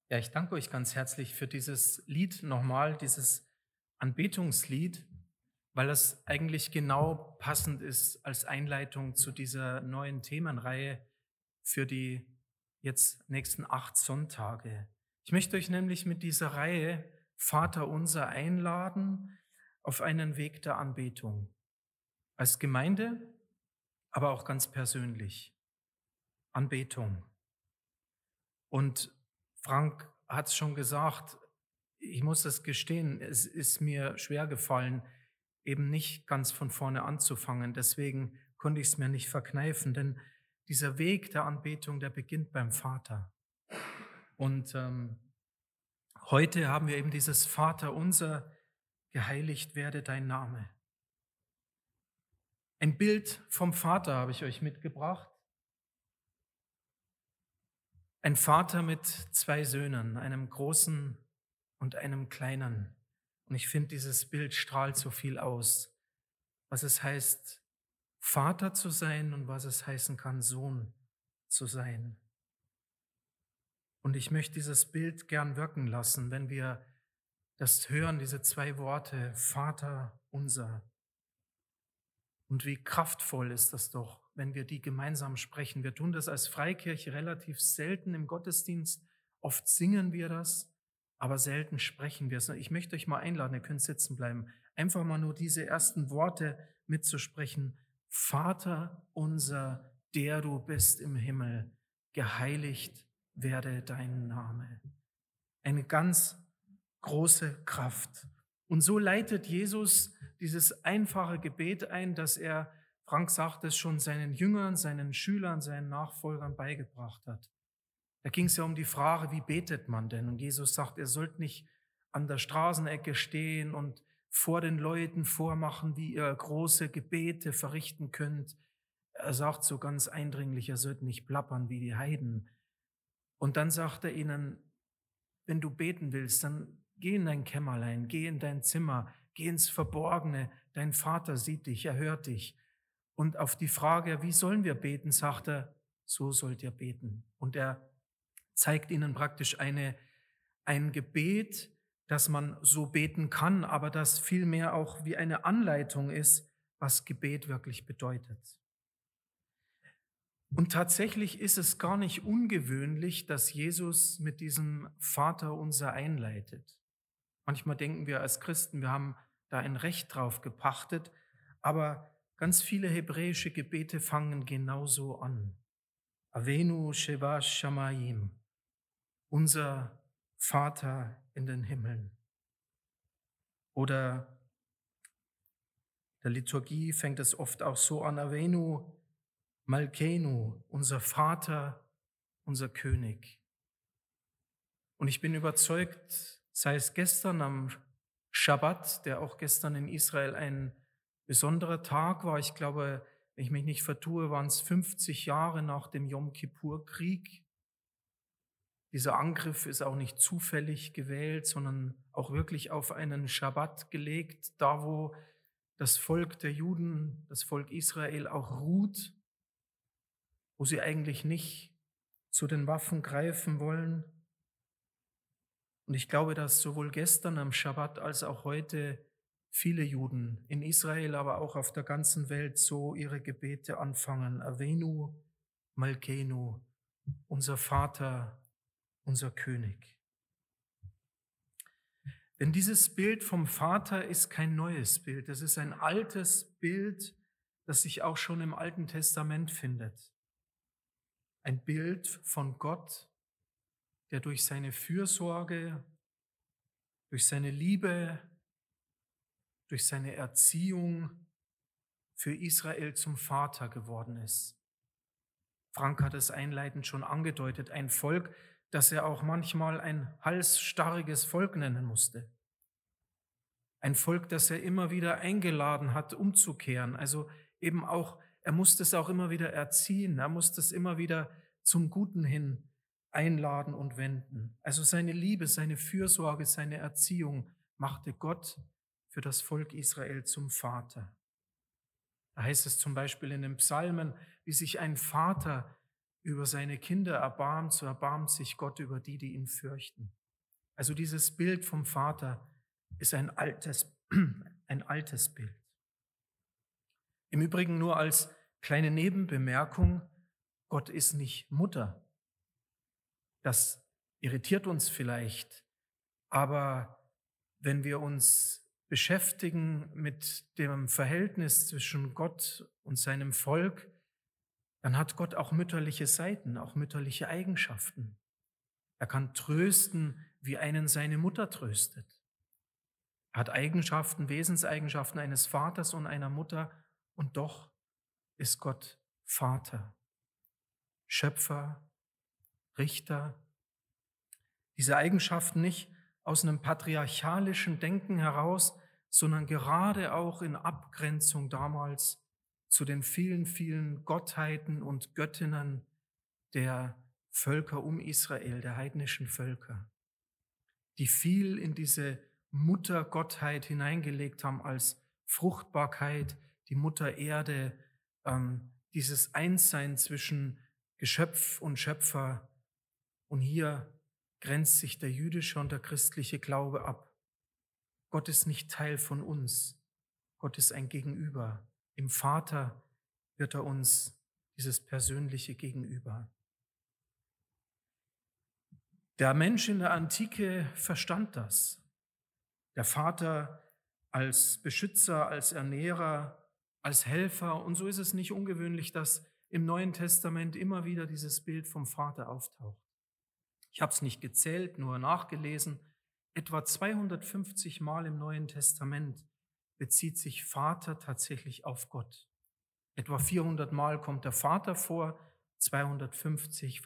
Ja, ich danke euch ganz herzlich für dieses Lied nochmal, dieses Anbetungslied, weil es eigentlich genau passend ist als Einleitung zu dieser neuen Themenreihe für die jetzt nächsten 8 Sonntage. Ich möchte euch nämlich mit dieser Reihe Vater unser einladen auf einen Weg der Anbetung. Als Gemeinde, aber auch ganz persönlich. Anbetung. Und Frank hat es schon gesagt, ich muss das gestehen, es ist mir schwer gefallen, eben nicht ganz von vorne anzufangen. Deswegen konnte ich es mir nicht verkneifen, denn dieser Weg der Anbetung, der beginnt beim Vater. Und heute haben wir eben dieses Vater unser, geheiligt werde dein Name. Ein Bild vom Vater habe ich euch mitgebracht. Ein Vater mit 2 Söhnen, einem großen und einem kleinen. Und ich finde, dieses Bild strahlt so viel aus, was es heißt, Vater zu sein und was es heißen kann, Sohn zu sein. Und ich möchte dieses Bild gern wirken lassen, wenn wir das hören, diese 2 Worte, Vater unser. Und wie kraftvoll ist das doch, wenn wir die gemeinsam sprechen. Wir tun das als Freikirche relativ selten im Gottesdienst. Oft singen wir das, aber selten sprechen wir es. Ich möchte euch mal einladen, ihr könnt sitzen bleiben, einfach mal nur diese ersten Worte mitzusprechen. Vater unser, der du bist im Himmel, geheiligt werde dein Name. Eine ganz große Kraft. Und so leitet Jesus dieses einfache Gebet ein, das er, Frank sagt es schon, seinen Jüngern, seinen Schülern, seinen Nachfolgern beigebracht hat. Da ging es ja um die Frage, wie betet man denn? Und Jesus sagt, ihr sollt nicht an der Straßenecke stehen und vor den Leuten vormachen, wie ihr große Gebete verrichten könnt. Er sagt so ganz eindringlich, ihr sollt nicht plappern wie die Heiden. Und dann sagt er ihnen, wenn du beten willst, dann geh in dein Kämmerlein, geh in dein Zimmer, geh ins Verborgene. Dein Vater sieht dich, er hört dich. Und auf die Frage, wie sollen wir beten, sagt er, so sollt ihr beten. Und er zeigt ihnen praktisch ein Gebet, das man so beten kann, aber das vielmehr auch wie eine Anleitung ist, was Gebet wirklich bedeutet. Und tatsächlich ist es gar nicht ungewöhnlich, dass Jesus mit diesem Vater unser einleitet. Manchmal denken wir als Christen, wir haben da ein Recht drauf gepachtet, aber ganz viele hebräische Gebete fangen genauso an. Avenu Sheva Shamayim, unser Vater in den Himmeln. Oder der Liturgie fängt es oft auch so an, Avenu Malkenu, unser Vater, unser König. Und ich bin überzeugt, sei es gestern am Schabbat, der auch gestern in Israel ein besonderer Tag war. Ich glaube, wenn ich mich nicht vertue, waren es 50 Jahre nach dem Yom Kippur-Krieg. Dieser Angriff ist auch nicht zufällig gewählt, sondern auch wirklich auf einen Schabbat gelegt, da wo das Volk der Juden, das Volk Israel auch ruht, wo sie eigentlich nicht zu den Waffen greifen wollen. Und ich glaube, dass sowohl gestern am Schabbat als auch heute viele Juden in Israel, aber auch auf der ganzen Welt so ihre Gebete anfangen. Avenu Malkenu, unser Vater, unser König. Denn dieses Bild vom Vater ist kein neues Bild. Es ist ein altes Bild, das sich auch schon im Alten Testament findet. Ein Bild von Gott, der durch seine Fürsorge, durch seine Liebe, durch seine Erziehung für Israel zum Vater geworden ist. Frank hat es einleitend schon angedeutet, ein Volk, das er auch manchmal ein halsstarriges Volk nennen musste. Ein Volk, das er immer wieder eingeladen hat, umzukehren. Also eben auch, er musste es auch immer wieder erziehen, er musste es immer wieder zum Guten hin einladen und wenden. Also seine Liebe, seine Fürsorge, seine Erziehung machte Gott für das Volk Israel zum Vater. Da heißt es zum Beispiel in den Psalmen, wie sich ein Vater über seine Kinder erbarmt, so erbarmt sich Gott über die, die ihn fürchten. Also dieses Bild vom Vater ist ein altes, ein altes Bild. Im Übrigen nur als kleine Nebenbemerkung, Gott ist nicht Mutter. Das irritiert uns vielleicht, aber wenn wir uns beschäftigen mit dem Verhältnis zwischen Gott und seinem Volk, dann hat Gott auch mütterliche Seiten, auch mütterliche Eigenschaften. Er kann trösten, wie einen seine Mutter tröstet. Er hat Eigenschaften, Wesenseigenschaften eines Vaters und einer Mutter, und doch ist Gott Vater, Schöpfer, Richter. Diese Eigenschaften nicht aus einem patriarchalischen Denken heraus, sondern gerade auch in Abgrenzung damals zu den vielen, vielen Gottheiten und Göttinnen der Völker um Israel, der heidnischen Völker, die viel in diese Muttergottheit hineingelegt haben als Fruchtbarkeit, die Mutter Erde, dieses Einssein zwischen Geschöpf und Schöpfer. Und hier grenzt sich der jüdische und der christliche Glaube ab. Gott ist nicht Teil von uns. Gott ist ein Gegenüber. Im Vater wird er uns dieses persönliche Gegenüber. Der Mensch in der Antike verstand das. Der Vater als Beschützer, als Ernährer, als Helfer. Und so ist es nicht ungewöhnlich, dass im Neuen Testament immer wieder dieses Bild vom Vater auftaucht. Ich habe es nicht gezählt, nur nachgelesen. Etwa 250 Mal im Neuen Testament bezieht sich Vater tatsächlich auf Gott. Etwa 400 Mal kommt der Vater vor, 250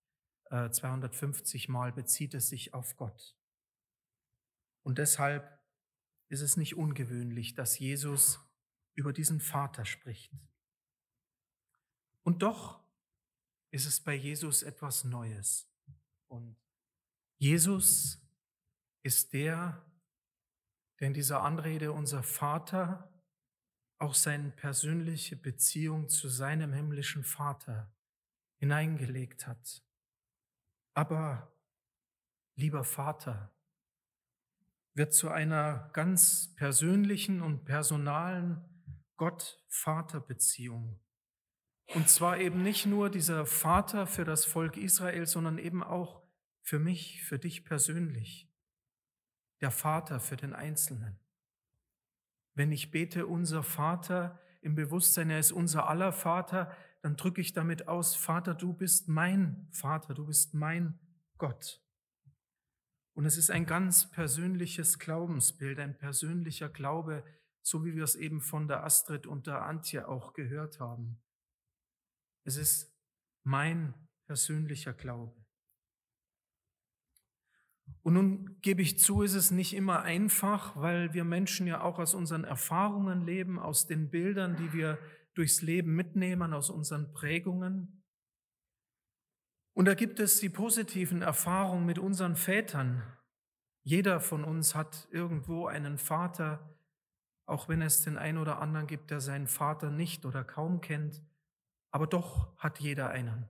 Mal bezieht es sich auf Gott. Und deshalb ist es nicht ungewöhnlich, dass Jesus über diesen Vater spricht. Und doch ist es bei Jesus etwas Neues. Und Jesus ist der in dieser Anrede unser Vater auch seine persönliche Beziehung zu seinem himmlischen Vater hineingelegt hat. Aber, lieber Vater, wird zu einer ganz persönlichen und personalen Gott-Vater-Beziehung. Und zwar eben nicht nur dieser Vater für das Volk Israel, sondern eben auch für mich, für dich persönlich. Der Vater für den Einzelnen. Wenn ich bete, unser Vater, im Bewusstsein, er ist unser aller Vater, dann drücke ich damit aus, Vater, du bist mein Vater, du bist mein Gott. Und es ist ein ganz persönliches Glaubensbild, ein persönlicher Glaube, so wie wir es eben von der Astrid und der Antje auch gehört haben. Es ist mein persönlicher Glaube. Und nun gebe ich zu, ist es nicht immer einfach, weil wir Menschen ja auch aus unseren Erfahrungen leben, aus den Bildern, die wir durchs Leben mitnehmen, aus unseren Prägungen. Und da gibt es die positiven Erfahrungen mit unseren Vätern. Jeder von uns hat irgendwo einen Vater, auch wenn es den einen oder anderen gibt, der seinen Vater nicht oder kaum kennt, aber doch hat jeder einen.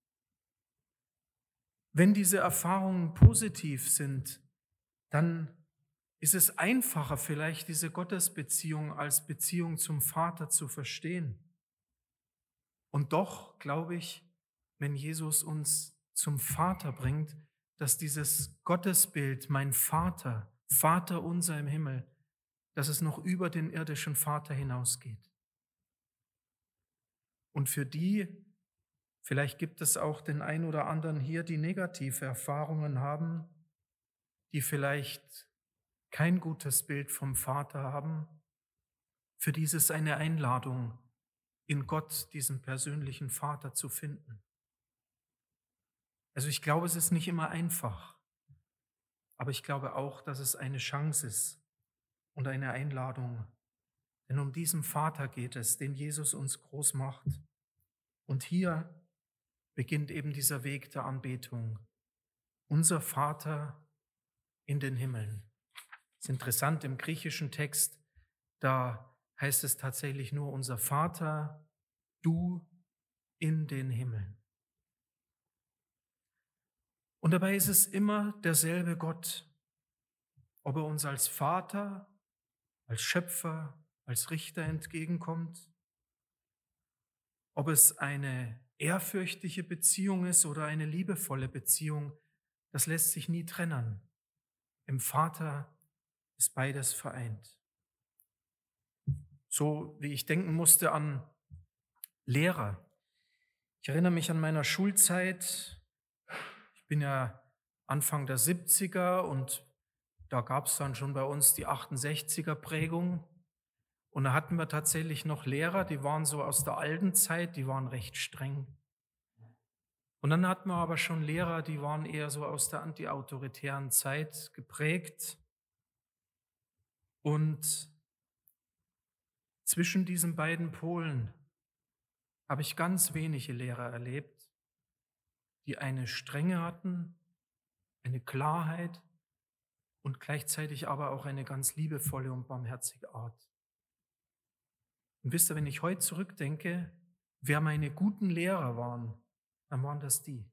Wenn diese Erfahrungen positiv sind, dann ist es einfacher vielleicht, diese Gottesbeziehung als Beziehung zum Vater zu verstehen. Und doch glaube ich, wenn Jesus uns zum Vater bringt, dass dieses Gottesbild, mein Vater, Vater unser im Himmel, dass es noch über den irdischen Vater hinausgeht. Und für die, vielleicht gibt es auch den einen oder anderen hier, die negative Erfahrungen haben, die vielleicht kein gutes Bild vom Vater haben, für dies ist eine Einladung, in Gott diesen persönlichen Vater zu finden. Also ich glaube, es ist nicht immer einfach, aber ich glaube auch, dass es eine Chance ist und eine Einladung. Denn um diesen Vater geht es, den Jesus uns groß macht. Und hier beginnt eben dieser Weg der Anbetung. Unser Vater in den Himmeln. Das ist interessant, im griechischen Text, da heißt es tatsächlich nur unser Vater, du in den Himmeln. Und dabei ist es immer derselbe Gott, ob er uns als Vater, als Schöpfer, als Richter entgegenkommt, ob es eine ehrfürchtige Beziehung ist oder eine liebevolle Beziehung, das lässt sich nie trennen. Im Vater ist beides vereint. So wie ich denken musste an Lehrer. Ich erinnere mich an meiner Schulzeit. Ich bin ja Anfang der 70er und da gab es dann schon bei uns die 68er Prägung. Und da hatten wir tatsächlich noch Lehrer, die waren so aus der alten Zeit, die waren recht streng. Und dann hatten wir aber schon Lehrer, die waren eher so aus der antiautoritären Zeit geprägt. Und zwischen diesen beiden Polen habe ich ganz wenige Lehrer erlebt, die eine Strenge hatten, eine Klarheit und gleichzeitig aber auch eine ganz liebevolle und barmherzige Art. Und wisst ihr, wenn ich heute zurückdenke, wer meine guten Lehrer waren, dann waren das die.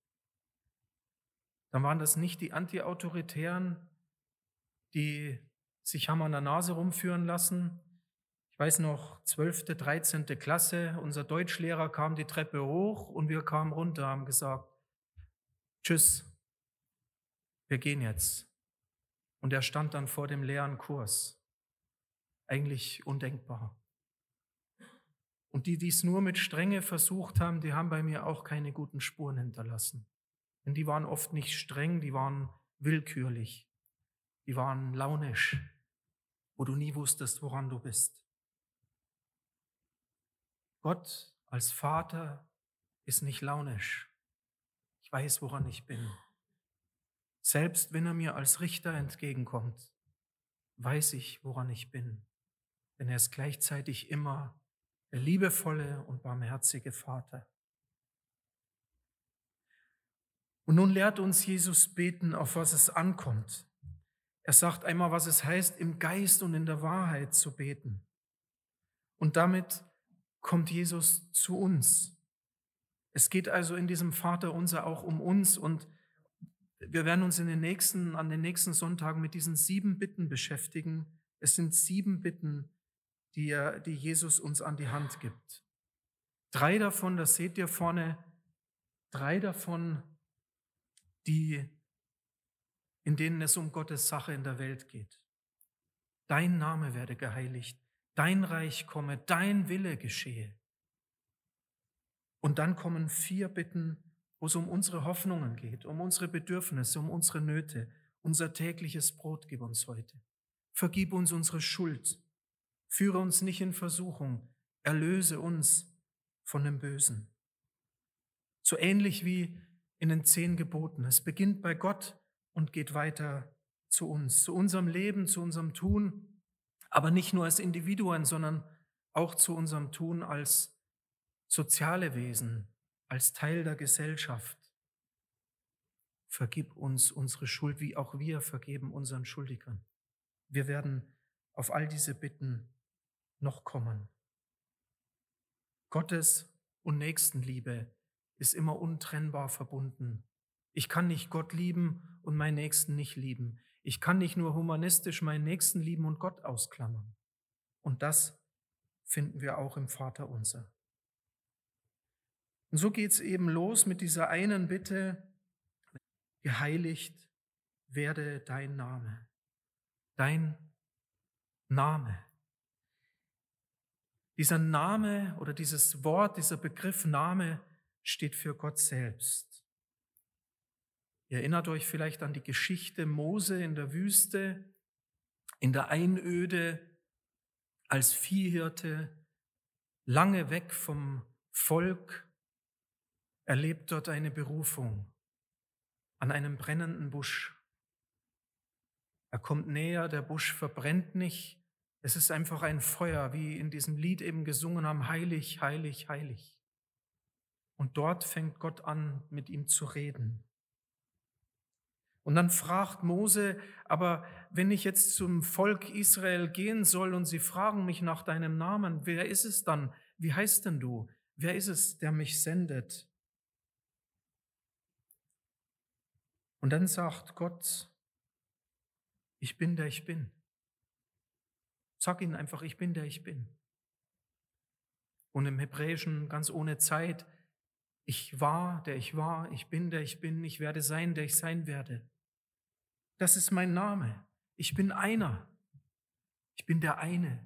Dann waren das nicht die Antiautoritären, die sich haben an der Nase rumführen lassen. Ich weiß noch, 12., 13. Klasse, unser Deutschlehrer kam die Treppe hoch und wir kamen runter, haben gesagt, tschüss, wir gehen jetzt. Und er stand dann vor dem leeren Kurs. Eigentlich undenkbar. Und die es nur mit Strenge versucht haben, die haben bei mir auch keine guten Spuren hinterlassen. Denn die waren oft nicht streng, die waren willkürlich, die waren launisch, wo du nie wusstest, woran du bist. Gott als Vater ist nicht launisch. Ich weiß, woran ich bin. Selbst wenn er mir als Richter entgegenkommt, weiß ich, woran ich bin. Denn er ist gleichzeitig immer der liebevolle und barmherzige Vater. Und nun lehrt uns Jesus beten, auf was es ankommt. Er sagt einmal, was es heißt, im Geist und in der Wahrheit zu beten. Und damit kommt Jesus zu uns. Es geht also in diesem Vaterunser auch um uns und wir werden uns an den nächsten Sonntagen mit diesen 7 Bitten beschäftigen. Es sind 7 Bitten, die Jesus uns an die Hand gibt. 3 davon, das seht ihr vorne, 3 davon, in denen es um Gottes Sache in der Welt geht. Dein Name werde geheiligt, dein Reich komme, dein Wille geschehe. Und dann kommen 4 Bitten, wo es um unsere Hoffnungen geht, um unsere Bedürfnisse, um unsere Nöte. Unser tägliches Brot gib uns heute. Vergib uns unsere Schuld. Führe uns nicht in Versuchung. Erlöse uns von dem Bösen. So ähnlich wie in den 10 Geboten. Es beginnt bei Gott und geht weiter zu uns, zu unserem Leben, zu unserem Tun, aber nicht nur als Individuen, sondern auch zu unserem Tun als soziale Wesen, als Teil der Gesellschaft. Vergib uns unsere Schuld, wie auch wir vergeben unseren Schuldigern. Wir werden auf all diese Bitten noch kommen. Gottes und Nächstenliebe ist immer untrennbar verbunden. Ich kann nicht Gott lieben und meinen Nächsten nicht lieben. Ich kann nicht nur humanistisch meinen Nächsten lieben und Gott ausklammern. Und das finden wir auch im Vaterunser. Und so geht es eben los mit dieser einen Bitte, geheiligt werde dein Name. Dein Name. Dieser Name oder dieses Wort, dieser Begriff Name steht für Gott selbst. Ihr erinnert euch vielleicht an die Geschichte Mose in der Wüste, in der Einöde, als Viehhirte, lange weg vom Volk, erlebt dort eine Berufung an einem brennenden Busch. Er kommt näher, der Busch verbrennt nicht. Es ist einfach ein Feuer, wie in diesem Lied eben gesungen haben, heilig, heilig, heilig. Und dort fängt Gott an, mit ihm zu reden. Und dann fragt Mose, aber wenn ich jetzt zum Volk Israel gehen soll und sie fragen mich nach deinem Namen, wer ist es dann? Wie heißt denn du? Wer ist es, der mich sendet? Und dann sagt Gott, ich bin, der ich bin. Sag ihnen einfach, ich bin, der ich bin. Und im Hebräischen ganz ohne Zeit, ich war, der ich war, ich bin, der ich bin, ich werde sein, der ich sein werde. Das ist mein Name. Ich bin einer. Ich bin der eine.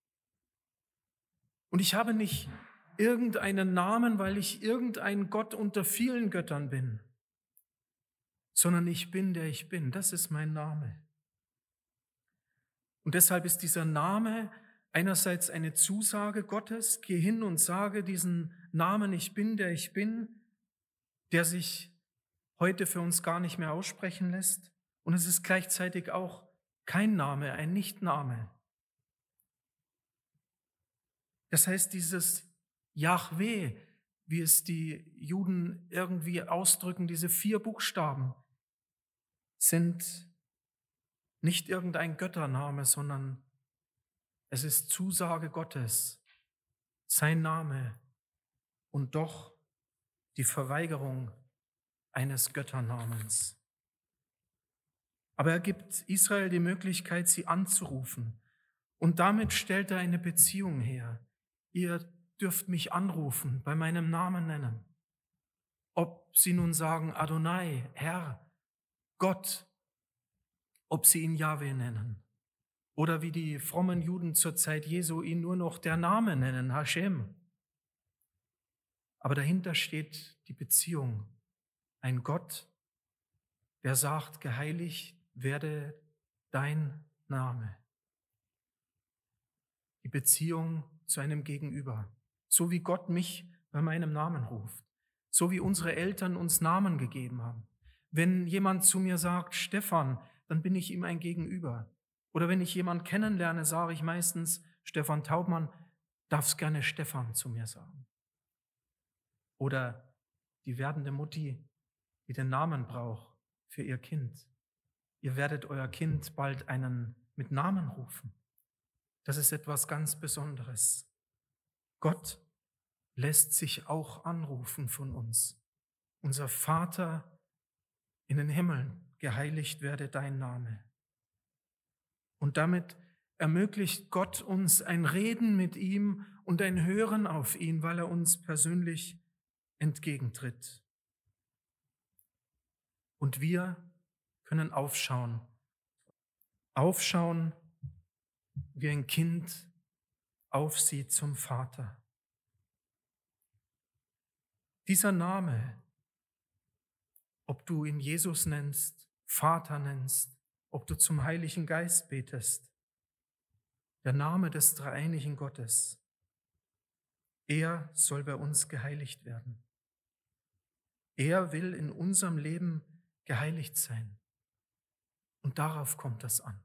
Und ich habe nicht irgendeinen Namen, weil ich irgendein Gott unter vielen Göttern bin, sondern ich bin, der ich bin. Das ist mein Name. Und deshalb ist dieser Name einerseits eine Zusage Gottes, geh hin und sage diesen Namen, ich bin, der ich bin, der sich heute für uns gar nicht mehr aussprechen lässt. Und es ist gleichzeitig auch kein Name, ein Nichtname. Das heißt, dieses Jahwe, wie es die Juden irgendwie ausdrücken, diese 4 Buchstaben, sind nicht irgendein Göttername, sondern es ist Zusage Gottes, sein Name und doch die Verweigerung eines Götternamens. Aber er gibt Israel die Möglichkeit, sie anzurufen. Und damit stellt er eine Beziehung her. Ihr dürft mich anrufen, bei meinem Namen nennen. Ob sie nun sagen Adonai, Herr, Gott, ob sie ihn Jahwe nennen. Oder wie die frommen Juden zur Zeit Jesu ihn nur noch der Name nennen, Hashem. Aber dahinter steht die Beziehung. Ein Gott, der sagt, geheiligt werde dein Name. Die Beziehung zu einem Gegenüber. So wie Gott mich bei meinem Namen ruft. So wie unsere Eltern uns Namen gegeben haben. Wenn jemand zu mir sagt, Stefan, dann bin ich ihm ein Gegenüber. Oder wenn ich jemanden kennenlerne, sage ich meistens, Stefan Taubmann, darfst gerne Stefan zu mir sagen. Oder die werdende Mutti, die den Namen braucht für ihr Kind. Ihr werdet euer Kind bald einen mit Namen rufen. Das ist etwas ganz Besonderes. Gott lässt sich auch anrufen von uns. Unser Vater in den Himmeln, geheiligt werde dein Name. Und damit ermöglicht Gott uns ein Reden mit ihm und ein Hören auf ihn, weil er uns persönlich entgegentritt. Und wir können aufschauen. Aufschauen, wie ein Kind aufsieht zum Vater. Dieser Name, ob du ihn Jesus nennst, Vater nennst, ob du zum Heiligen Geist betest, der Name des dreieinigen Gottes, er soll bei uns geheiligt werden. Er will in unserem Leben geheiligt sein. Und darauf kommt es an.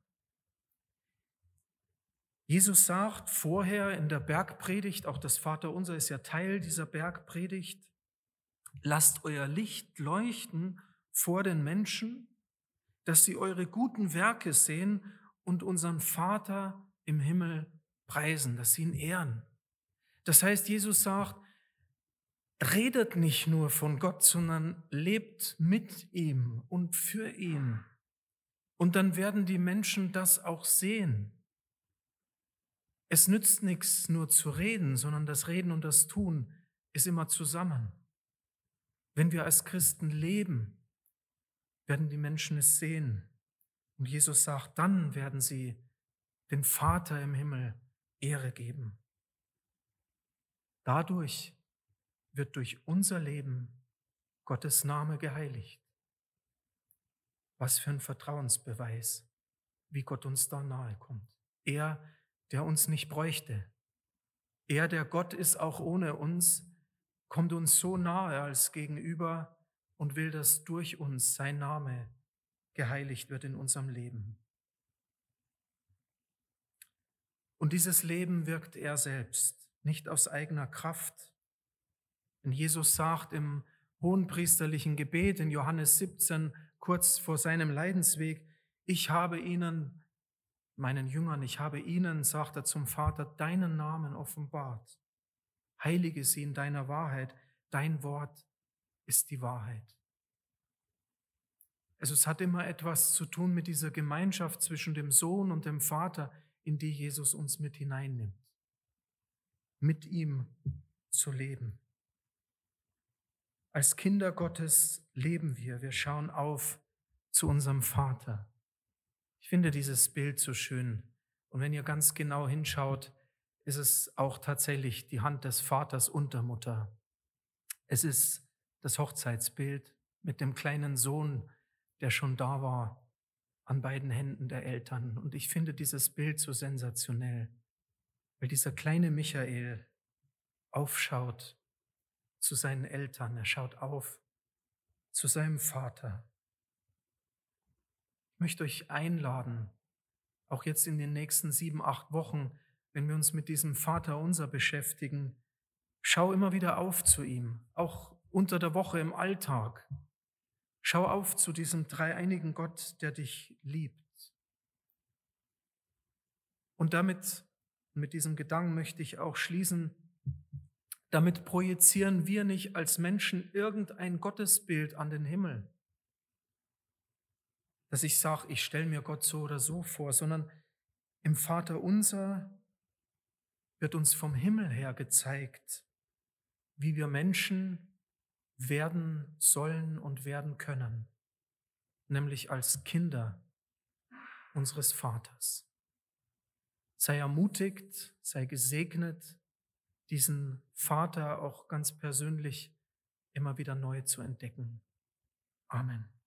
Jesus sagt vorher in der Bergpredigt, auch das Vaterunser ist ja Teil dieser Bergpredigt, lasst euer Licht leuchten vor den Menschen, dass sie eure guten Werke sehen und unseren Vater im Himmel preisen, dass sie ihn ehren. Das heißt, Jesus sagt, redet nicht nur von Gott, sondern lebt mit ihm und für ihn. Und dann werden die Menschen das auch sehen. Es nützt nichts, nur zu reden, sondern das Reden und das Tun ist immer zusammen. Wenn wir als Christen leben, werden die Menschen es sehen. Und Jesus sagt, dann werden sie den Vater im Himmel Ehre geben. Dadurch wird durch unser Leben Gottes Name geheiligt. Was für ein Vertrauensbeweis, wie Gott uns da nahe kommt. Er, der uns nicht bräuchte. Er, der Gott ist auch ohne uns, kommt uns so nahe als Gegenüber und will, dass durch uns sein Name geheiligt wird in unserem Leben. Und dieses Leben wirkt er selbst, nicht aus eigener Kraft. Denn Jesus sagt im hohenpriesterlichen Gebet in Johannes 17, kurz vor seinem Leidensweg, ich habe ihnen, meinen Jüngern, ich habe ihnen, sagt er zum Vater, deinen Namen offenbart. Heilige sie in deiner Wahrheit, dein Wort ist die Wahrheit. Also es hat immer etwas zu tun mit dieser Gemeinschaft zwischen dem Sohn und dem Vater, in die Jesus uns mit hineinnimmt. Mit ihm zu leben. Als Kinder Gottes leben wir. Wir schauen auf zu unserem Vater. Ich finde dieses Bild so schön. Und wenn ihr ganz genau hinschaut, ist es auch tatsächlich die Hand des Vaters und der Mutter. Es ist das Hochzeitsbild mit dem kleinen Sohn, der schon da war, an beiden Händen der Eltern. Und ich finde dieses Bild so sensationell, weil dieser kleine Michael aufschaut zu seinen Eltern, er schaut auf zu seinem Vater. Ich möchte euch einladen, auch jetzt in den nächsten 7, 8 Wochen, wenn wir uns mit diesem Vater unser beschäftigen, schau immer wieder auf zu ihm, auch unter der Woche im Alltag. Schau auf zu diesem dreieinigen Gott, der dich liebt. Und damit, mit diesem Gedanken möchte ich auch schließen, damit projizieren wir nicht als Menschen irgendein Gottesbild an den Himmel, dass ich sage, ich stelle mir Gott so oder so vor, sondern im Vater unser wird uns vom Himmel her gezeigt, wie wir Menschen werden sollen und werden können, nämlich als Kinder unseres Vaters. Sei ermutigt, sei gesegnet, diesen Vater auch ganz persönlich immer wieder neu zu entdecken. Amen.